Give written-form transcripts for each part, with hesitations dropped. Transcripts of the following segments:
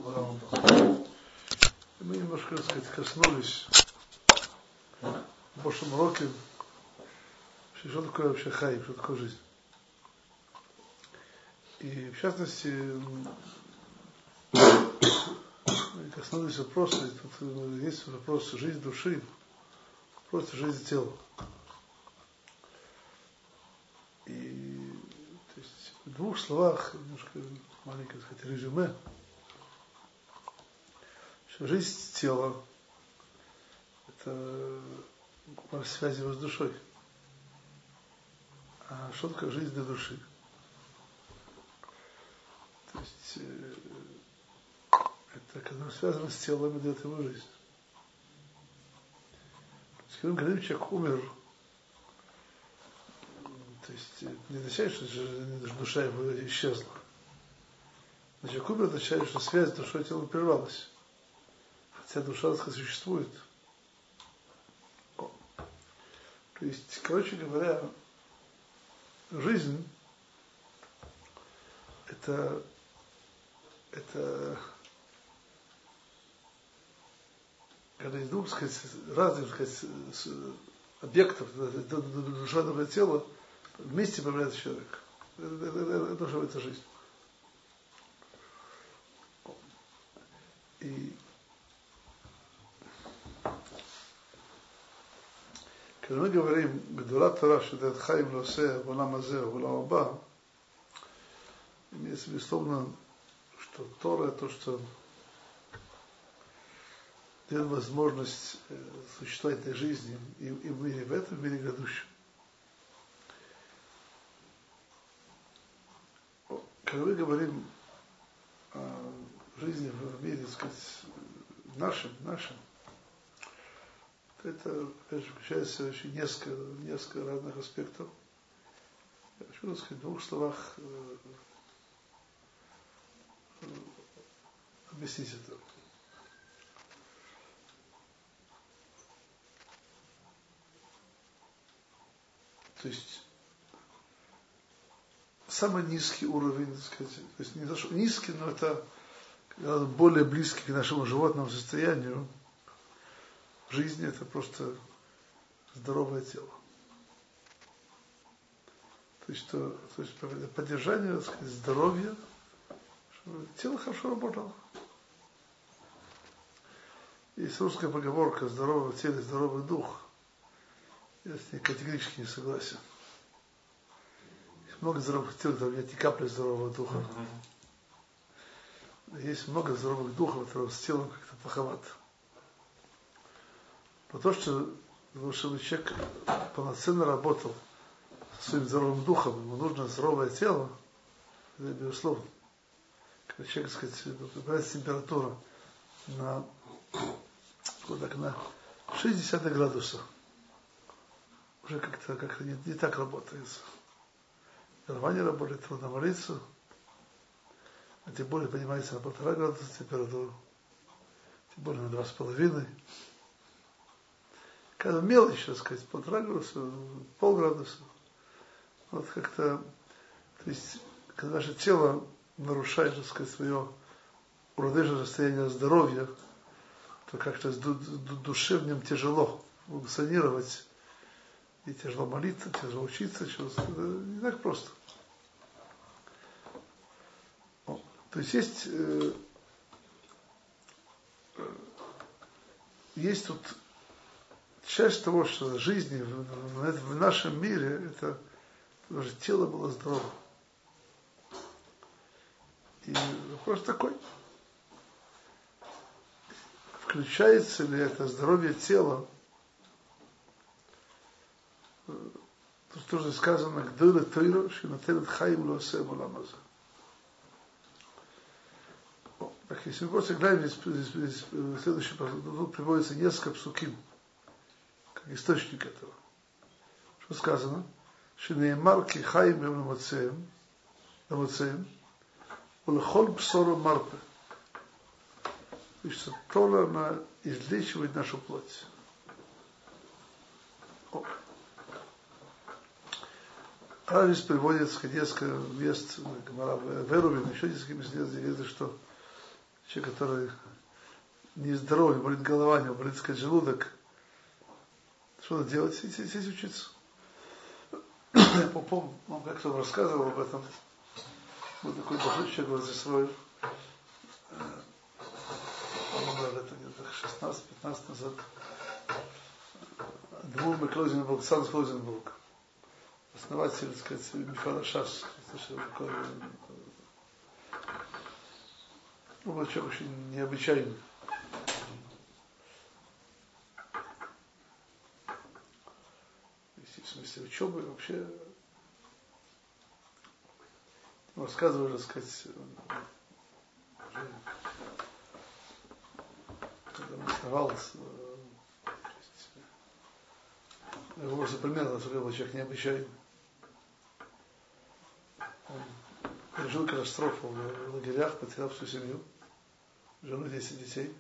И мы немножко, так сказать, коснулись в прошлом уроке, что такое вообще хайм, что такое жизнь. И в частности, мы коснулись вопроса, и тут есть вопрос жизни души, просто жизнь тела. И то есть, в двух словах, немножко маленькое, так сказать, резюме, что жизнь тела – это связь его с душой. А что такое жизнь для души? То есть, это когда связано с телом и дает ему жизнь. То есть, когда мы говорим, человек умер, то есть, не означает, что душа его исчезла. Но человек умер, означает, что связь с душой и телом прервалась. Хотя душа, так сказать, существует. То есть, короче говоря, жизнь это когда из двух, так сказать, разных, так сказать, объектов, душа и тело, вместе появляется человек. Это что это жизнь. И когда мы говорим «Гдула Тора, что это хайм лосе, волам азе, волам аба», имеется безусловно, что Тора – это то, что дает возможность существовать этой жизни и в мире в этом, в мире грядущем. Когда мы говорим о жизни в мире, так сказать, нашем, то это, опять же, включается очень несколько разных аспектов. Я хочу, так сказать, в двух словах объяснить это. То есть самый низкий уровень, так сказать, то есть не то, что низкий, но это более близкий к нашему животному состоянию жизни, это просто здоровое тело. То есть поддержание, так сказать, здоровья, чтобы тело хорошо работало. Есть русская поговорка «здоровое тело, здоровый дух». Я с ней категорически не согласен. Есть много здоровых тел, там нет ни капли здорового духа. Есть много здоровых духов, которые с телом как-то плоховато. Потому что, чтобы человек полноценно работал со своим здоровым духом, ему нужно здоровое тело, это безусловно. Когда человек, так сказать, набирается температура на 60 градусов, уже как-то не так работает. Голова не работает, трудно молиться, а тем более поднимается на 1,5 градуса температура, тем более на 2,5. Когда мелочь, так сказать, 1,5 градуса, полградуса, вот как-то, то есть, когда наше тело нарушает, так сказать, свое уравновешенное состояние здоровья, то как-то душе в нем тяжело функционировать, и тяжело молиться, тяжело учиться, это не так просто. То есть есть тут часть того, что жизни в нашем мире, это даже тело было здорово. И вопрос такой, включается ли это здоровье тела, то, что же сказано, «Гдула Тора, что нотенет хайм лосе волам азе». Так, если мы просто глядим, здесь следующий, тут приводится несколько псуким, как источник этого. Что сказано? «Шинеемар ки хайм ем ламоцеем, улехол бсору марпе». То есть, что Тора, она излечивает нашу плоть. Здесь приводится несколько мест, Верувин, еще несколько мест, где говорится, что человек, который нездоровый, болит голова, у него болит, сказать, желудок, что надо делать? Сесть учиться. Я помню, как-то он рассказывал об этом. Был такой большой человек в Израиле. Много лет, где-то 16-15 назад. Дмурмы Клозенбург, Санс Клозенбург. Основатель, так сказать, Мифала Шас. Он был человек очень необычайный. В смысле учебы вообще. Рассказывали, так сказать, когда он оставался, его просто примерно, насколько был человек необычайный. Он пережил катастрофу в лагерях, потерял всю семью, жену, 10 детей.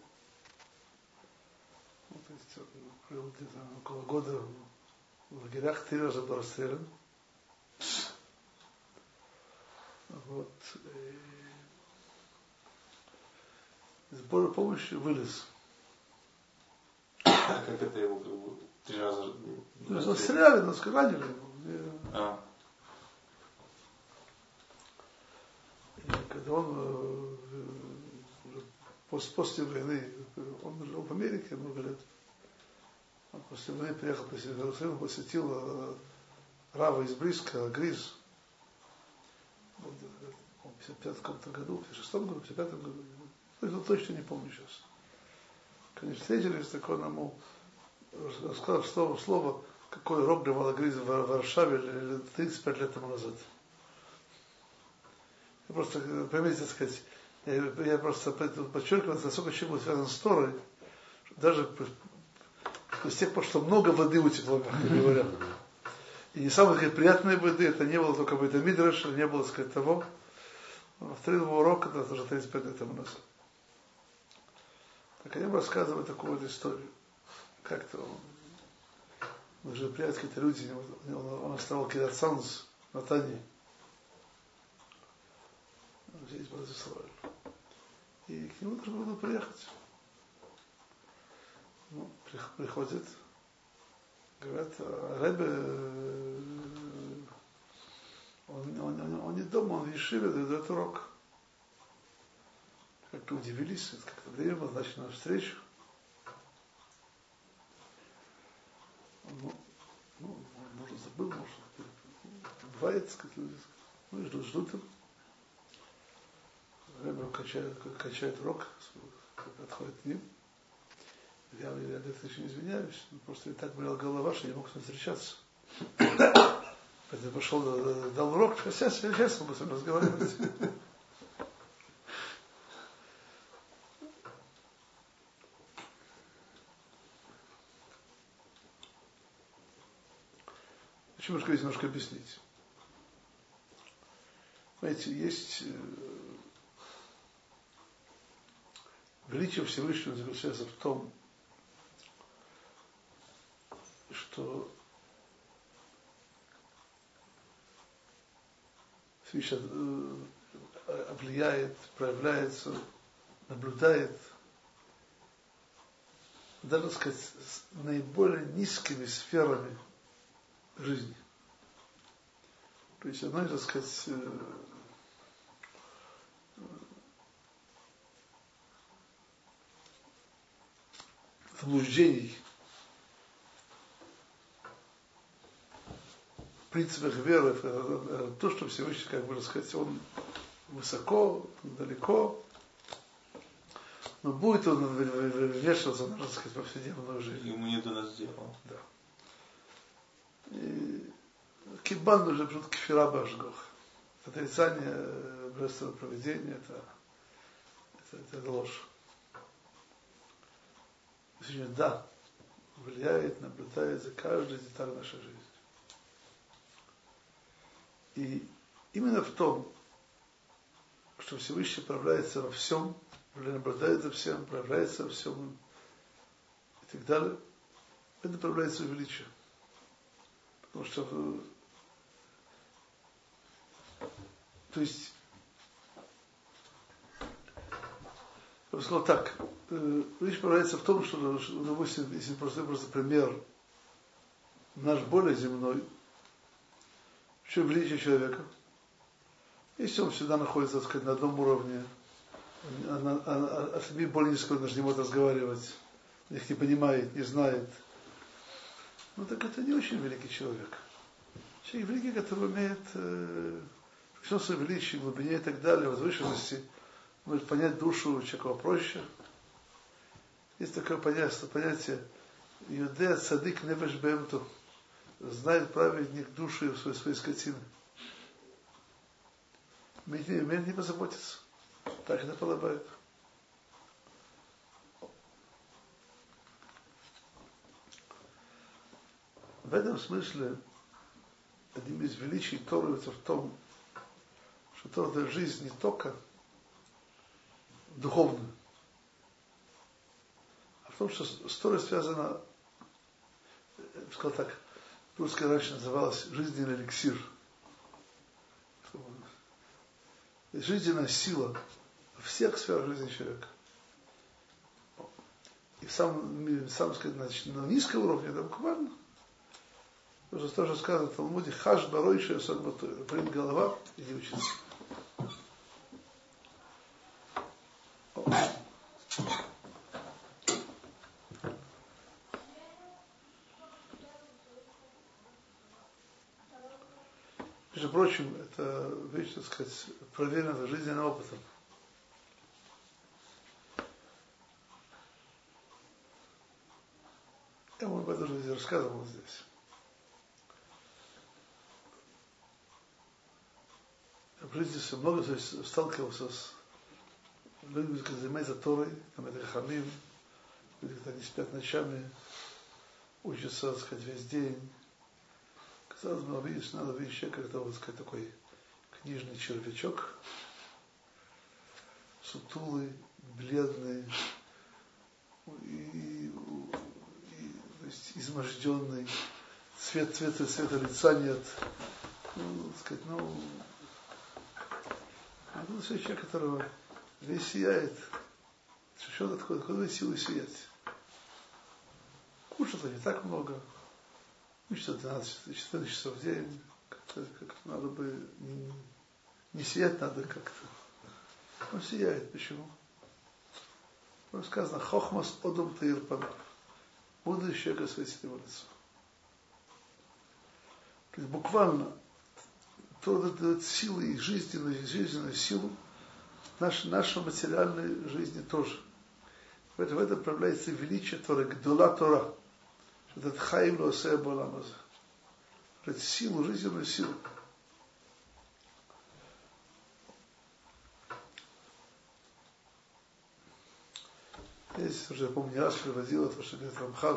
Вот, то есть, он провел где-то около года в лагерях, 3 раза был расстрелян. Вот. И с Божьей помощью вылез. А как это его 3 раза? Ну, стреляли, нас ранили его. И когда он после войны, он жил в Америке много лет, он после войны приехал в Иерусалим, посетил Рава из Бриска, Гриз, в 55 году, в 56 году, в 55 году, ну, точно не помню сейчас. Конечно, встретились, так он ему рассказал слово, какой рок давал Гриз в Варшаве 35 лет тому назад. Я просто, понимаете, так сказать, я просто подчеркиваю, насколько человек был связан с Торой, даже с тех пор, что много воды утекло, как говорят. И не самой такой приятной воды, это не было только какой-то мидраш, не было, так сказать, того. Повторил его урок, это уже 35 лет тому назад. Так я ему рассказываю такую вот историю. Как-то мы же приятели какие-то люди, он оставил Кират Санс в Натании. Здесь был Израиль. И к нему нужно было приехать. Ну, приходит, говорят, Ребе, он не дома, он в Ешиве дает урок. Как-то удивились, как-то время было, значит, на встречу. Может, забыл, может, бывает, как люди. Ну и ждут им. Ребе качает урок, подходит к ним. Я это еще не извиняюсь, просто и так болела голова, что не мог с ним встречаться. Поэтому пошел, дал урок, сейчас мы с вами разговаривать. Почему же здесь немножко объяснить? Понимаете, есть величие Всевышнего заключается в том, что Всевышний влияет, проявляется, наблюдает, даже, так сказать, с наиболее низкими сферами жизни. То есть одно, так сказать, заблуждений, принципах веры, то, что Всевышний, как бы сказать, он высоко, далеко, но будет он вешаться, можно сказать, во повседневную жизнь. Ему не до нас дела. Да. И кибан уже придут кефира башгох. Отрицание божественного провидения, это ложь. Да, влияет, наблюдает за каждой деталью нашей жизни. И именно в том, что Всевышний проявляется во всем, наблюдает за всем, проявляется во всем и так далее, это проявляется величие. Потому что, то есть, Я бы сказал так. Вещь проявляется в том, что, допустим, если просто пример наш более земной, в чем величие человека, если он всегда находится, так сказать, на одном уровне, а с людьми более низко он даже не может разговаривать, их не понимает, не знает, ну так это не очень великий человек. Человек великий, который умеет в всем своем величии, глубине и так далее, возвышенности, может понять душу человека проще. Есть такое понятие «Юдея цадик невеш бэмту», знает праведник душу своей скотины. Умеет не позаботиться. Так это подобает. В этом смысле одним из величий Торы в том, что Тора дает жизнь не только духовную, а в том, что с Торой связана, я бы сказал так, русская раньше называлась жизненный эликсир. Жизненная сила во всех сферах жизни человека. И в самом сказать, на низком уровне, это буквально. Тоже сказано в Талмуде, хаш баройшая садбатой. Например, голова, иди учиться. Между прочим, это вещь, так сказать, проверена жизненным опытом. Я вам об этом уже рассказывал здесь. Я в жизни все много сталкивался с людьми, которые занимаются Торой, там это хамим, люди, которые не спят ночами, учатся, так сказать, весь день. Казалось бы, видишь, надо видеть человека, как вот, сказать, такой книжный червячок, сутулый, бледный, то есть изможденный, цвета лица нет. Ну, так сказать, это все человек, которого весь сияет. Что откуда силы сиять? Кушать не так много. Учится 12-14 часов в день. Как-то надо бы не сиять надо как-то. Он сияет. Почему? Потому что сказано, хохмас одум таир панав. Мудрый человек осветит его лицо. То есть буквально то дает силы и жизненную силу нашей материальной жизни тоже. В этом проявляется величие Торы, гдула Тора. Что это хаим лоосея боламаза. Это силу, жизненную силу. Здесь уже, я помню, не раз приводил это, что говорит Рамхал,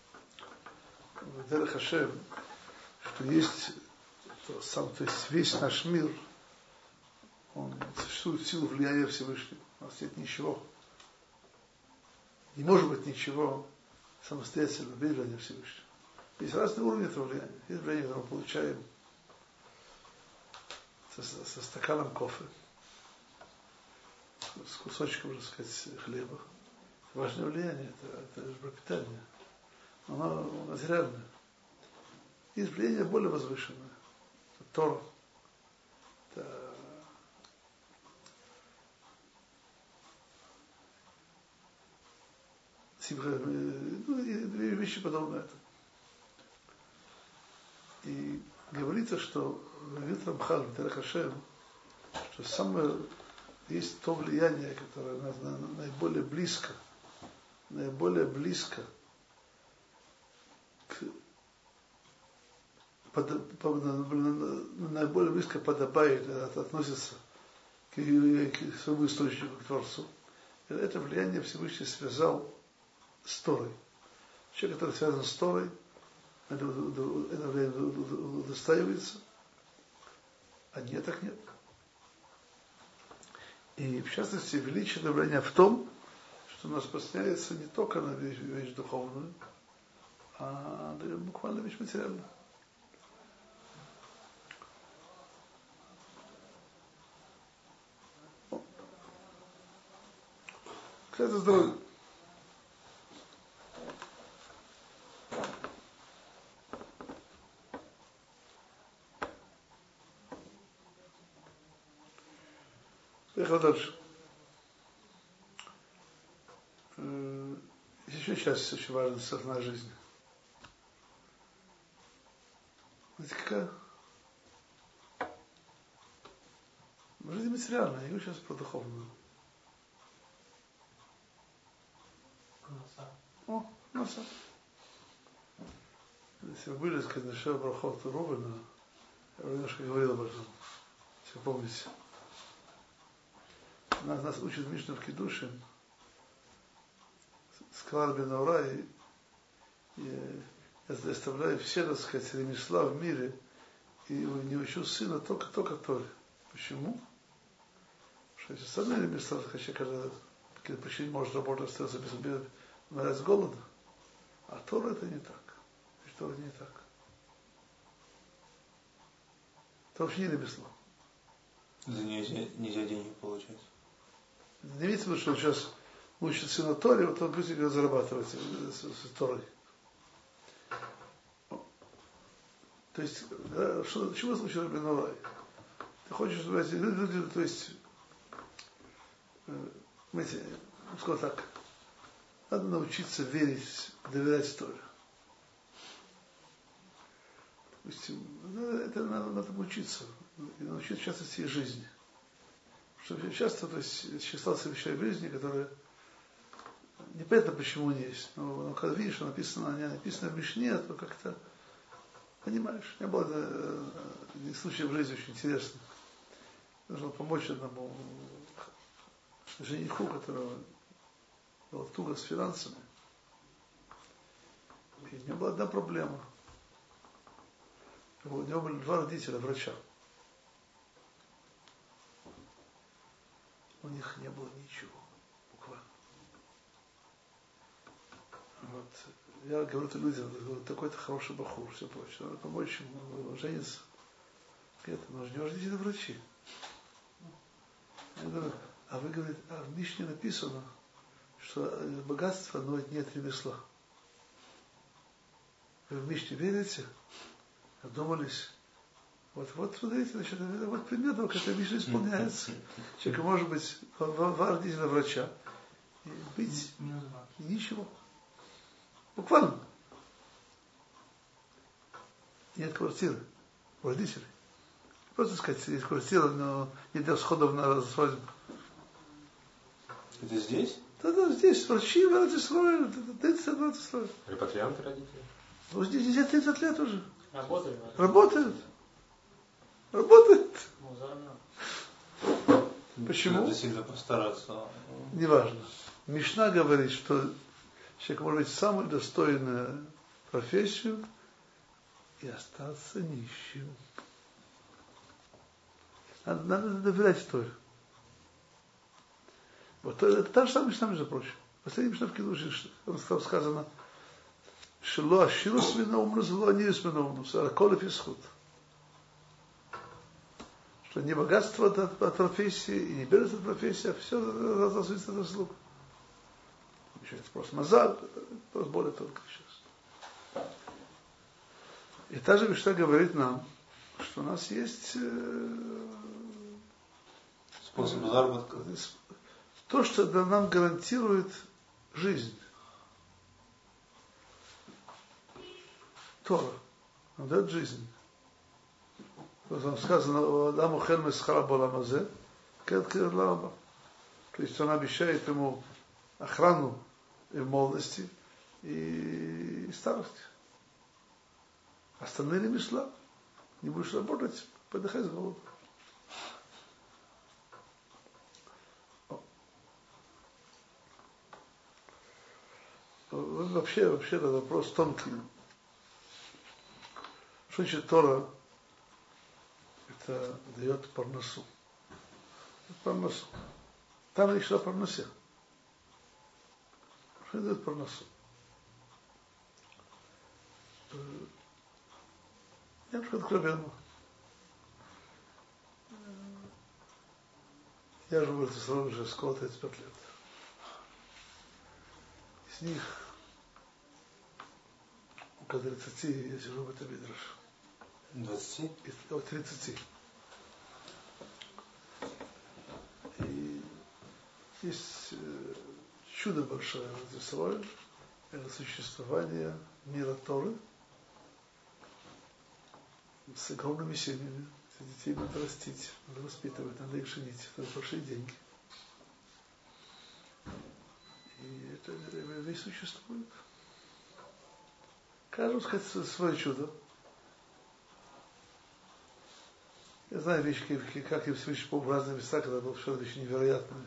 в Дерех Хашем, что есть то есть весь наш мир, он существует в силу влияния Всевышнего. У нас нет ничего. Не может быть ничего самостоятельно без влияния Всевышнего. Есть разные уровни этого влияния. Есть влияние, которое мы получаем со стаканом кофе, с кусочком, так сказать, хлеба. Важное влияние, это же пропитание. Оно материальное. Есть влияние более возвышенное. Это Тора. Это и вещи подобные этому. И говорится, что говорит Рамхал в Дерех Хашем, что самое есть то влияние, которое наиболее близко наиболее близко подобает, относится к своему источнику, к Творцу. И это влияние Всевышний связал с Торой. Человек, который связан с Торой, это влияние удостаивается, а нет, так нет. И в частности, величие влияния в том, что у нас распространяется не только на вещь духовную, а буквально вещь материальную. Это здоровье. Поехал дальше. Есть еще часть очень важная социальной жизни. Знаете, какая? Жизнь материальная, я говорю сейчас про духовную. О, носа. Если вы были, сказать, на Шева Брахот Рубина, я уже немножко говорил об этом, если вы помните. Нас учит Мишна в Кидуше, сказал Бен Аура, и я оставляю все, так сказать, ремесла в мире, и не учу сына только Торе. Почему? Потому что если остальные ремесла, когда какие-то причины может работать, остается без умирать с голода, а Тора это не так. Тора не так. Это вообще не ремесло. За нельзя денег получать. Не имеется в виду, что он сейчас учит сына Торе, вот он пусть зарабатывает с Торой. То есть, чего случилось Рабби Ноай? Ты хочешь, люди, то есть, знаете, скажу так, надо научиться верить, доверять Торе. Это надо учиться, и научиться частности и жизни. Потому что часто, то есть, считался вещей в жизни, которые непонятно, почему они есть. Но когда видишь, что написано в Мишне, то как-то понимаешь. У меня было случай в жизни очень интересный. Нужно помочь одному жениху, которого было туго с финансами. И у него была одна проблема. У него были два родителя, врача. У них не было ничего, буквально. Вот. Я говорю это людям, такой-то хороший бахур, все прочее. Надо помочь ему жениться. Это, но у него родители врачи. Я говорю, а вы говорите, в Мишне написано, что богатство, но нет ремесла. Вы в Мишне верите? Думались. Вот смотрите, значит, вот пример, как это Мишна исполняется. Человек может быть два родителя врача и быть ничего. Буквально. Нет квартиры у родителей. Просто сказать, есть квартира, но нет расходов на свадьбу. Это здесь? Да, здесь врачи в Израиле, 30 лет строят. Репатрианты родители? Ну, здесь нельзя 30 лет уже. Работают. Работает. Почему? Надо сильно постараться. Неважно. Мишна говорит, что человек может быть самую достойную профессию и остаться нищим. Надо доверять Торе. Вот это та же самая Мишна, между прочим. Последняя Мишна в Кидуше, там сказано, «Шело аширус минаумнус, вело анирус минаумнус, а колев исхуд». Что не богатство от профессии, и не бедность от профессии, а все зависит от заслуг. Еще это просто мазаль, просто более только сейчас. И та же Мишна говорит нам, что у нас есть способ заработка. То, что нам гарантирует жизнь. Тора. Он дает жизнь. Там сказано, Адаму хельме схара боламазе, кед кед лаба. То есть он обещает ему охрану и в молодости, и старости. Остальные ремесла. Не будешь работать, подыхай с голоду. Вообще этот вопрос тонкий. Что значит Тора? Это дает парносу. Парносу. Там речь о парносе. Что дает парносу? Я немножко откровенно. Я живу в Израиле уже скоро 35 лет. Из них около 30 я сижу в этом Мидраш. 20? От 30. И есть чудо большое в Израиле, это существование мира Торы с огромными семьями. Детей надо растить, надо воспитывать, надо их женить. Это большие деньги. И это весь существует. Каждый, сказать, свое чудо. Я знаю вещи, как я Всевышний в разные места, когда был что-то вещи невероятное.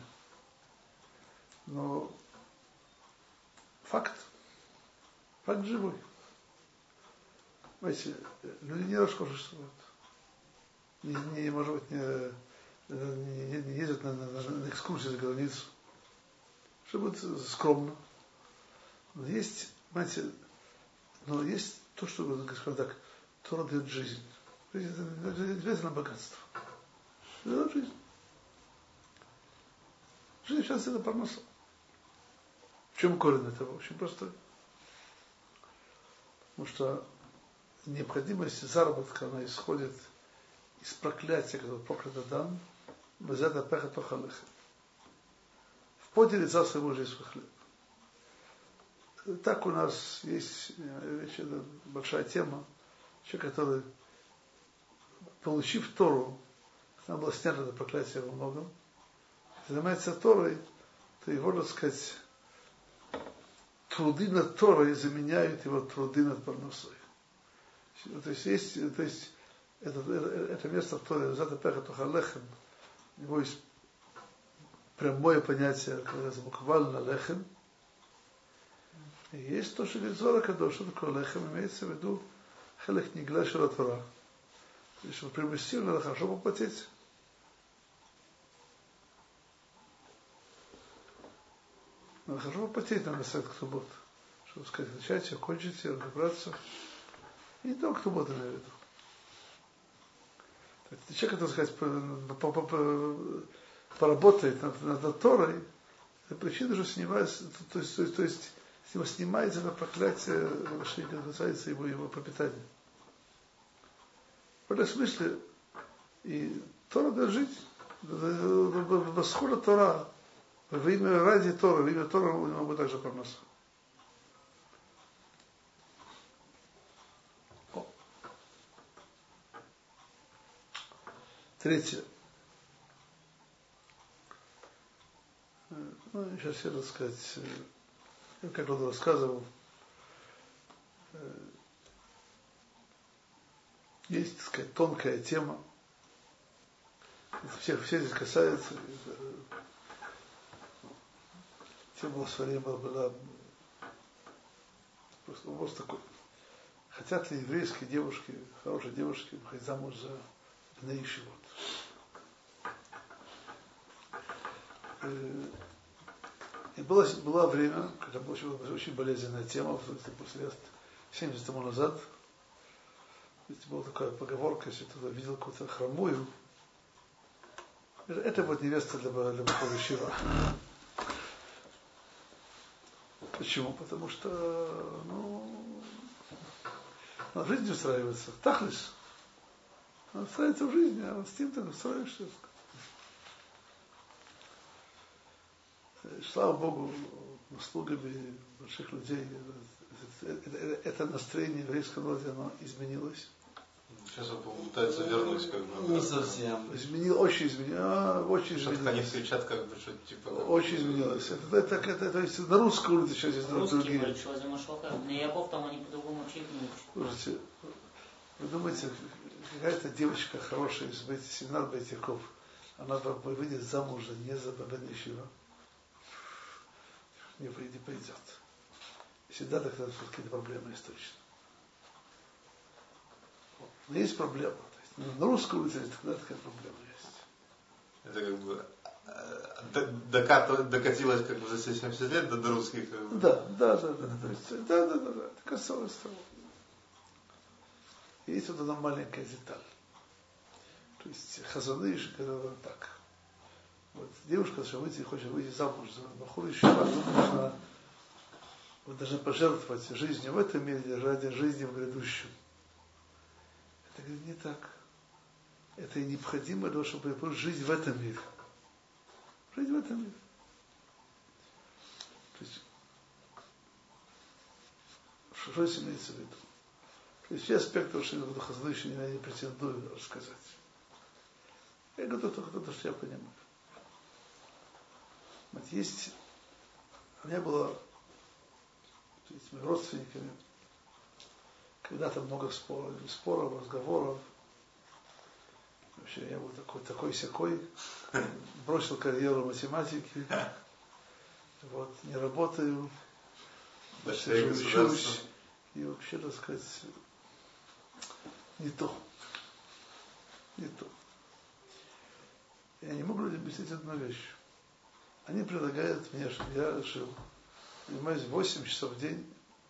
Но факт живой. Знаете, люди не роскошно существуют. Может быть, не ездят на экскурсии за границу. Чтобы быть скромно. Но есть, знаете, есть то, что, скажем так, Тора дает жизнь. Жизнь это не обязательно богатство. Это дает жизнь. Жизнь сейчас это парноса. В чем корень этого? Очень простой. Потому что необходимость заработка, она исходит из проклятия, которое проклят Адам, безада пеха тохалеха. В поте лица своего жизнь свой хлеб. Так у нас есть это большая тема. Человек, который, получив Тору, там было снято это проклятие во многом, занимается Торой, то его, так сказать, труды над Торой заменяют его труды над парносой. То есть это место в Торе, зата пеха тохалехем, у него есть прямое понятие, когда буквально лехем. И есть то, что говорит Зора Кадош, что такое лехем, имеется в виду хелех нигла шела Тора. То есть, чтобы приобрести, надо хорошо попотеть. Надо хорошо попотеть на сайт Ктубот. Чтобы сказать, начать, окончить, разобраться. И не только Ктубот имею в виду. Человек, который, сказать, поработает над Торой, это причина, что снимается, то есть с него снимается это проклятие, что касается его пропитания. В этом смысле и Тора дает жить. Восхода Тора, во имя ради Тора, во имя Тора у него будет также парноса. Третье. Сейчас я, так сказать, как он рассказывал, есть, так сказать, тонкая тема. Все здесь касается. Тема в свое время была просто вопрос такой. Хотят ли еврейские девушки, хорошие девушки, выходить замуж за бней ешивот? И было время, когда была очень болезненная тема, после 70 тому назад. Была такая поговорка, если кто-то видел какую-то хромую, это вот невеста для Бахора Ешива. Почему? Потому что, она в жизни устраивается. Тахлис. Она устраивается в жизни, а с тем ты устраиваешься. Слава Богу, услугами больших людей это настроение еврейского народа, оно изменилось. Сейчас он пытается вернуть, как бы. Не совсем. Очень изменилось. Что-то они кричат, как бы, что типа. Очень изменилось. То есть на русской улице сейчас есть другие. На Яков там они по-другому учить не учат. Слушайте, вы думаете, какая-то девочка хорошая из семинар Бейтяков, она выйдет замуж не за Бен Ешива? Не пойдет. Всегда тогда какие-то проблемы есть точно. Но есть проблема. То есть, на русской улице тогда такая проблема есть. Это как бы докатилось как бы за 70 лет до русских. Как бы. Да. Это касалось того. Есть вот одна маленькая деталь. То есть Хазаныш говорил так. Вот девушка, что хочет выйти замуж за Бахора Ешива, нужно вы должны пожертвовать жизнью в этом мире ради жизни в грядущем. Это, говорит, не так. Это и необходимо для того, чтобы получить жизнь в этом мире. Жизнь в этом мире. То есть, что здесь имеется в виду? То есть все аспекты, что я не претендую рассказать. Я говорю только то, что я понимаю. Есть, у меня было с моими родственниками когда-то много споров, разговоров. Вообще я был такой-сякой, бросил карьеру математики, вот, не работаю, учусь, и вообще, так сказать, не то. Я не могу людям объяснить одну вещь. Они предлагают мне, чтобы я жил, занимаюсь 8 часов в день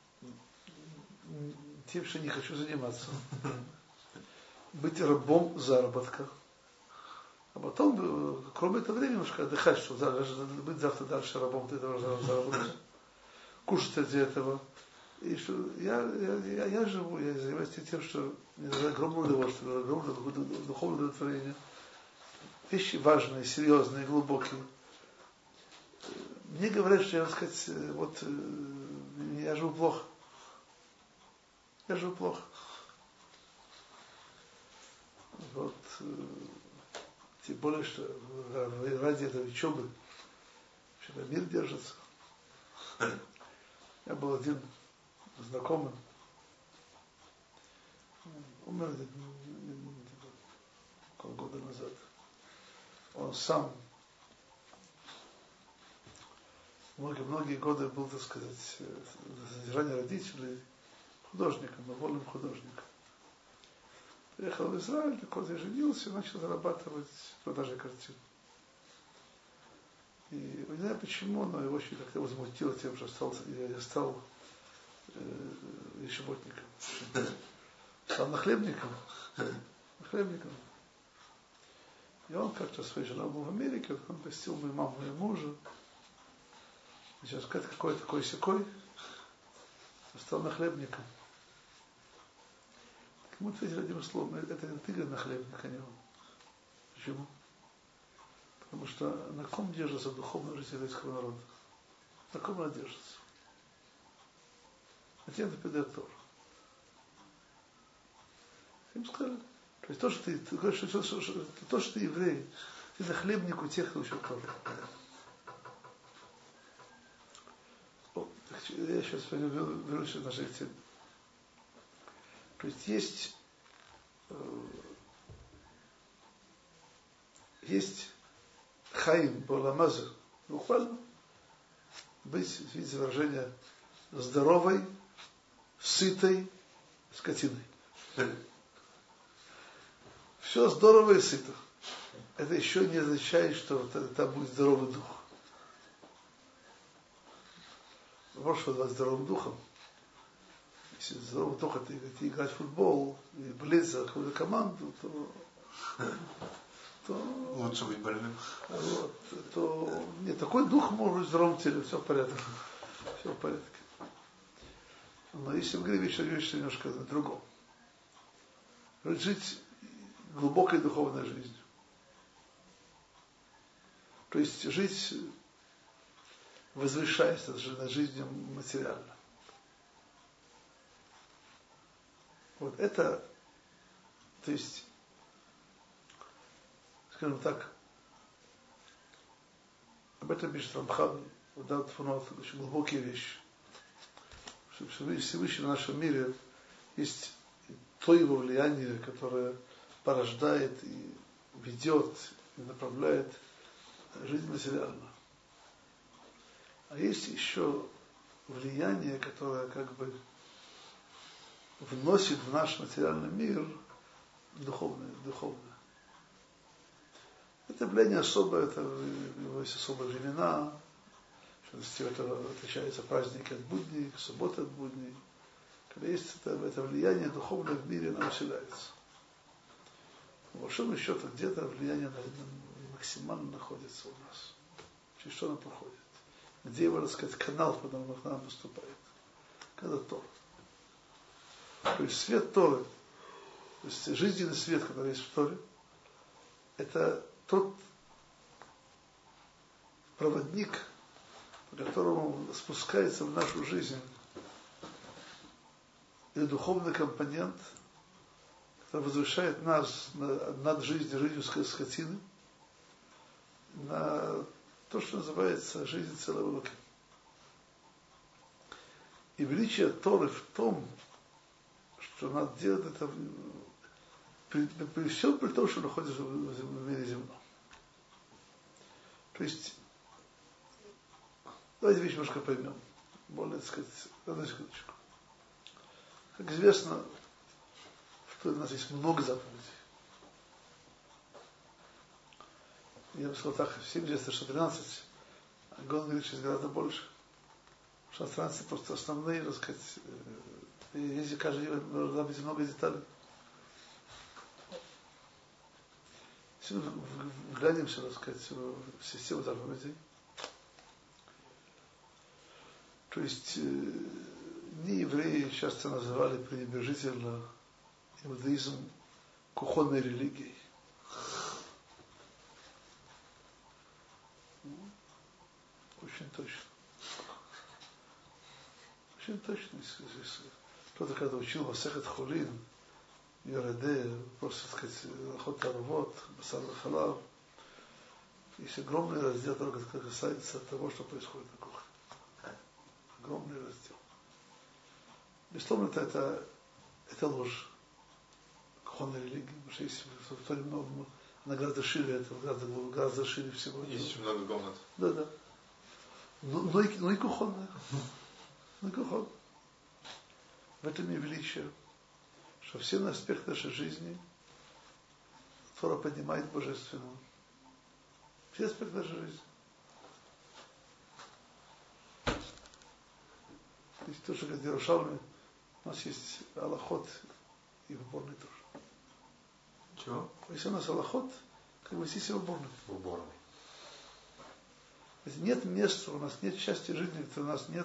тем, что не хочу заниматься. Быть рабом заработка. А потом, кроме этого времени, немножко отдыхать, что быть завтра дальше рабом, ты должен заработать. Кушать ради этого. И что я живу, я занимаюсь тем, что мне дает огромное удовольствие, огромное духовное удовлетворение. Вещи важные, серьезные, глубокие. Мне говорят, что я, так сказать, вот я живу плохо. Вот, тем более, что ради этой учебы мир держится. Я был один знакомый, умер около года назад. Он сам многие годы был, так сказать, содержание родителей художником, вольным художником. Приехал в Израиль, так вот я женился и начал зарабатывать продажей картин. И не знаю почему, но его очень как-то возмутило тем, что я стал работником. Стал нахлебником. И он как-то своей женой был в Америке, он посетил мою маму и мужа. Сейчас сказать, какой такой-сякой, стал нахлебником. Ему ответили одним словом, это не ты, говорит, нахлебник, а не он. Почему? Потому что на ком держится духовная жизнь еврейского народа? На ком она держится? А тем, кто передает Тору. Им сказали. То есть то, что ты еврей, ты нахлебник у тех, кто учил Тору. Я сейчас вернусь к нашей теме. То есть есть хаим боламаза, буквально быть, видите выражение, здоровой, сытой скотиной. Все здорово и сыто. Это еще не означает, что там будет здоровый дух. Вопрос, что назвать здоровым духом. Если здоровый дух это идти играть в футбол, и болеть за какую-то команду, то лучше быть больным. Вот, нет, такой дух может быть в здоровом теле, все в порядке. Но если мы говорим еще немножко о другом. Жить глубокой духовной жизнью. То есть жить, возвышаясь над жизнью материально. Вот это, то есть, скажем так, об этом пишет Рамхан, Удар Тфунот, очень глубокие вещи. Что Всевышний в нашем мире есть то его влияние, которое порождает и ведет, и направляет жизнь материальную. А есть еще влияние, которое как бы вносит в наш материальный мир духовное. Это влияние особое, это есть особые времена, что это отличаются праздники от будней, субботы от будней. Когда есть это влияние духовное в мире, оно усиляется. По большому счету, где-то влияние максимально находится у нас. Через что оно проходит? Где его, так сказать, канал, по которому к нам поступает? когда Тора. То есть свет Торы, то есть жизненный свет, который есть в Торе, это тот проводник, по которому спускается в нашу жизнь или духовный компонент, который возвышает нас над жизнью скотины, на то, что называется жизнь целого века. И величие Торы в том, что надо делать это при всем при том, что находится в мире земном. То есть, давайте вещь немножко поймем. Более, так сказать, одну секундочку. Как известно, в Торе у нас есть много заповедей. Я бы сказал так, в 70, что 13, а Гон говорит, что гораздо больше. Что страницы просто основные, так сказать, если каждый должна быть много деталей. Если мы вглядимся, так сказать, в систему заповедей, то есть не евреи часто называли пренебрежительно иудаизм кухонной религией. Очень точно. Очень точно. Кто-то когда учил Масехет Хулин, Йореде, просто, так сказать, Хот Таравот, Басар Халав, есть огромный раздел, который касается того, что происходит на кухне. Огромный раздел. Безусловно, это ложь кухонной религии, потому что есть в Торе много, она гораздо шире этого, гораздо шире всего. Есть очень много комнат. Да. Но и кухонная. Но и кухонная. В этом и величие, что все аспекты нашей жизни Тора поднимает божественного. Все аспекты нашей жизни. То есть то, что говорит Иерушалми, у нас есть алахот и в уборной тоже. Чего? Если у нас алахот, как бы здесь и в уборной. В уборной. Нет места, у нас нет части жизни, где у нас нет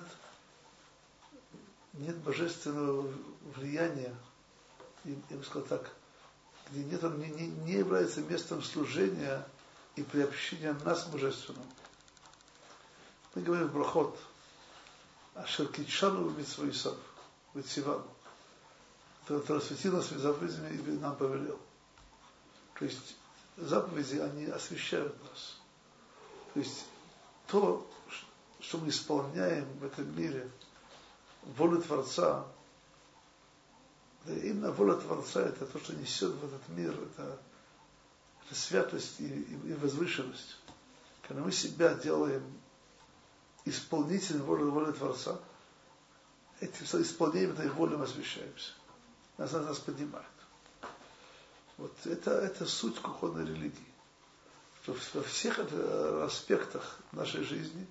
божественного влияния, я бы сказал так, где не является местом служения и приобщения нас к божественному. Мы говорим в брахот, ашер китшану митцвоисав, вецивану, который осветил нас заповедями и нам повелел. То есть заповеди, они освещают нас. То есть то, что мы исполняем в этом мире, волю Творца, да, именно воля Творца это то, что несет в этот мир, это святость и возвышенность. Когда мы себя делаем исполнителем воли Творца, этим исполнением этой воли мы освящаемся. Нас поднимает. Вот это суть кухонной религии. Что во всех аспектах нашей жизни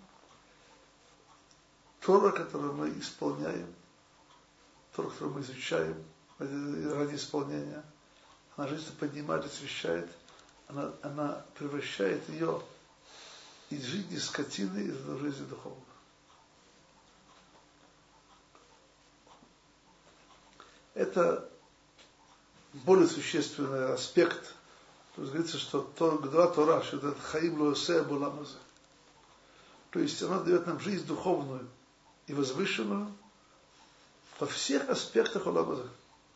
Тора, которую мы исполняем, Тора, которую мы изучаем ради исполнения, она жизнь поднимает, освещает, она превращает ее из жизни скотины в жизнь духовную. Это более существенный аспект. То есть говорится, что Гдуа Тора, что это Хаим Лоэсэ Буламазе. То есть она дает нам жизнь духовную и возвышенную во всех аспектах Уламазе.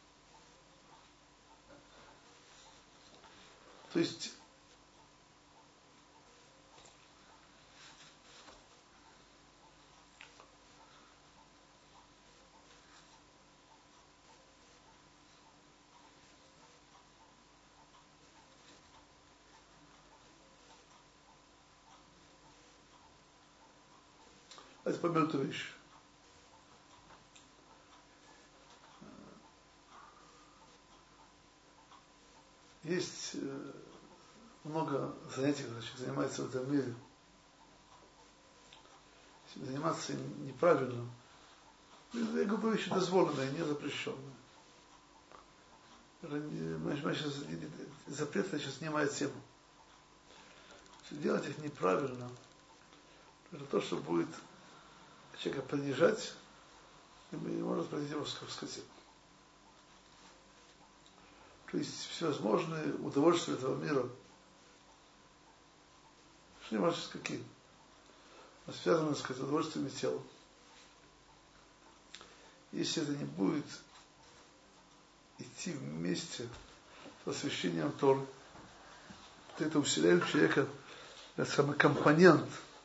То есть это поймем эту вещь. Есть много занятий, когда человек занимается в этом мире. Если заниматься им неправильно, я говорю, вещи дозволенные, не запрещенные. Запрет сейчас снимает тему. Если делать их неправильно, это то, что будет человека понижать и мы не можем спросить его сказать. То есть всевозможные удовольствия этого мира, что не важно какие, но связаны с удовольствиями тела. Если это не будет идти вместе с освящением Торы, то это усиляет у человека этот самый компонент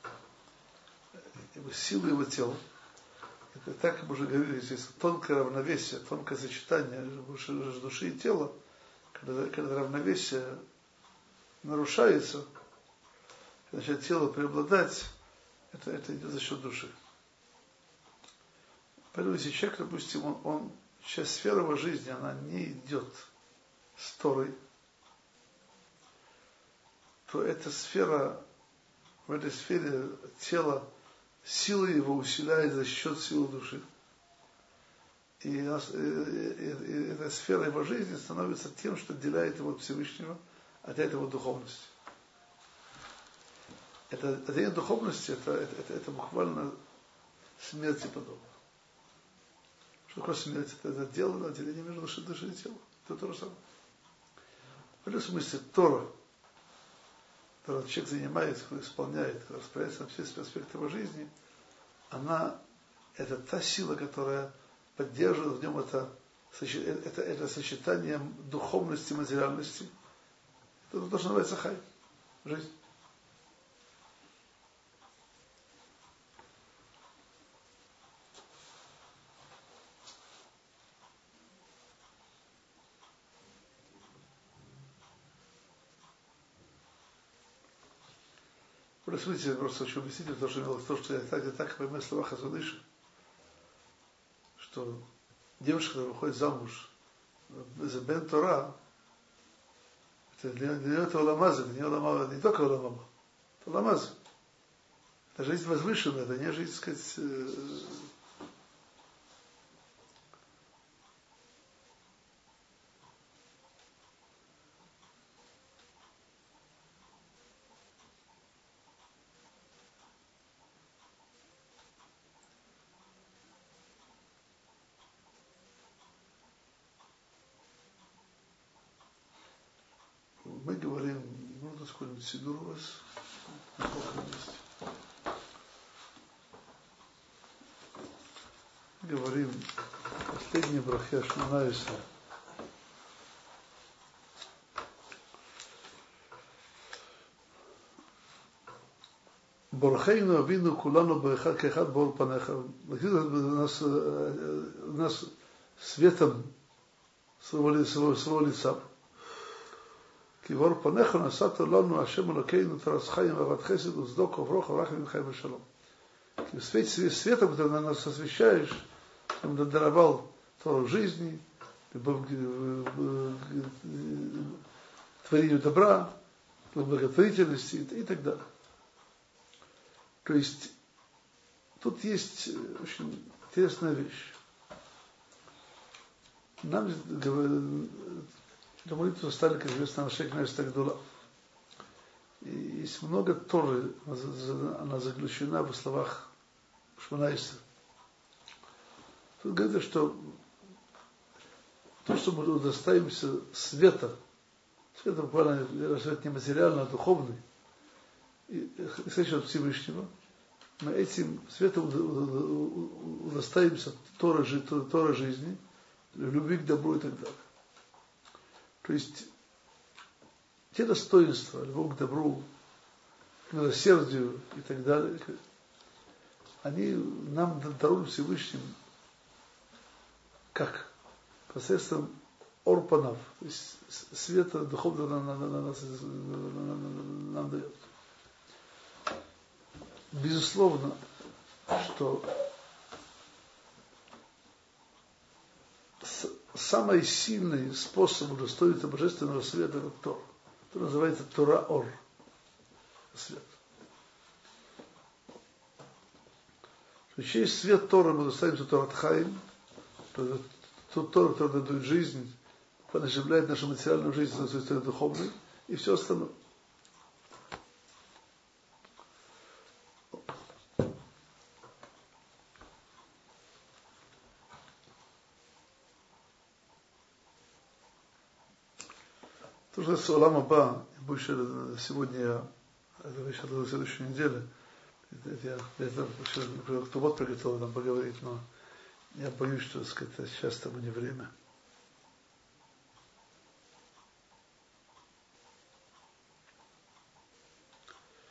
его силы его тела. Это так, как мы уже говорили, здесь тонкое равновесие, тонкое сочетание души и тела, когда равновесие нарушается, когда начинает тело преобладать, это идет за счет души. Поэтому если человек, допустим, часть сферы его жизни, она не идет с Торой, то эта сфера, в этой сфере тело, сила его усиляет за счет силы души. И эта сфера его жизни становится тем, что отделяет его от Всевышнего, отделяет его от духовности. Это отделение духовности, это буквально смерти подобно. Что такое смерть? Это дело, отделение между душой и телом. Это то же самое. В этом смысле Тора, которую человек занимается, который исполняет, который распоряжается на все аспекты его жизни, это та сила, которая поддерживает в нем это сочетание духовности и материальности. Это то, что называется хай, жизнь. Смотрите, я просто хочу объяснить, то, что я так пойму в словах Хазон-Иша, что девушка, которая выходит замуж за Бен Тора, для нее это Оламаз, для нее Оламаз, не только Оламаз, это Оламаз. Это жизнь возвышенная, это не жизнь, так сказать, мы говорим, можно сколько-нибудь сидур у вас? Сколько есть? Говорим, последний брахья Шмонайса. Борхейну Авину Кулану Кехат Бор Панеха. Нас светом своего лица. Кивор Панеха Насата Лану Ашем Лакейну Тарасхаим Ават Хесед Уздок Авроха Рахим Хайм Шалом. В свете светом, который на нас освещаешь, он даровал Тору жизни, любовь к творению добра, к благотворительности и так далее. То есть, тут есть очень интересная вещь. Нам эту молитву стали, как известно, Машек Нес Тагдула. И есть много Торы, она заключена в словах Шмонайса. Тут говорится, что то, что мы удостаиваемся света буквально свет не материальный, а духовный, исходящий от Всевышнего, мы этим светом удостаиваемся Тора жизни, любви к добру и так далее. То есть те достоинства, любовь к добру, к милосердию и так далее, они нам даруют Всевышним как? Посредством орпанов, то есть света духовного нам дает. Безусловно, что самый сильный способ удостоиться божественного света — это Тор. Это называется Тора-Ор. Свет. Через свет Тора мы удостоимся Торат-Хаим, тот Тор, который дает жизнь, оживляет нашу материальную жизнь, свою сторону духовной, и все остальное. То, что с Олама Ба, больше сегодня я, это вещь на следующей неделе, я кто вот приготовил нам поговорить, но я боюсь, что, так сказать, сейчас тому не время.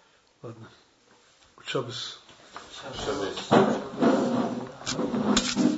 Ладно. Шаббас. Шаббас.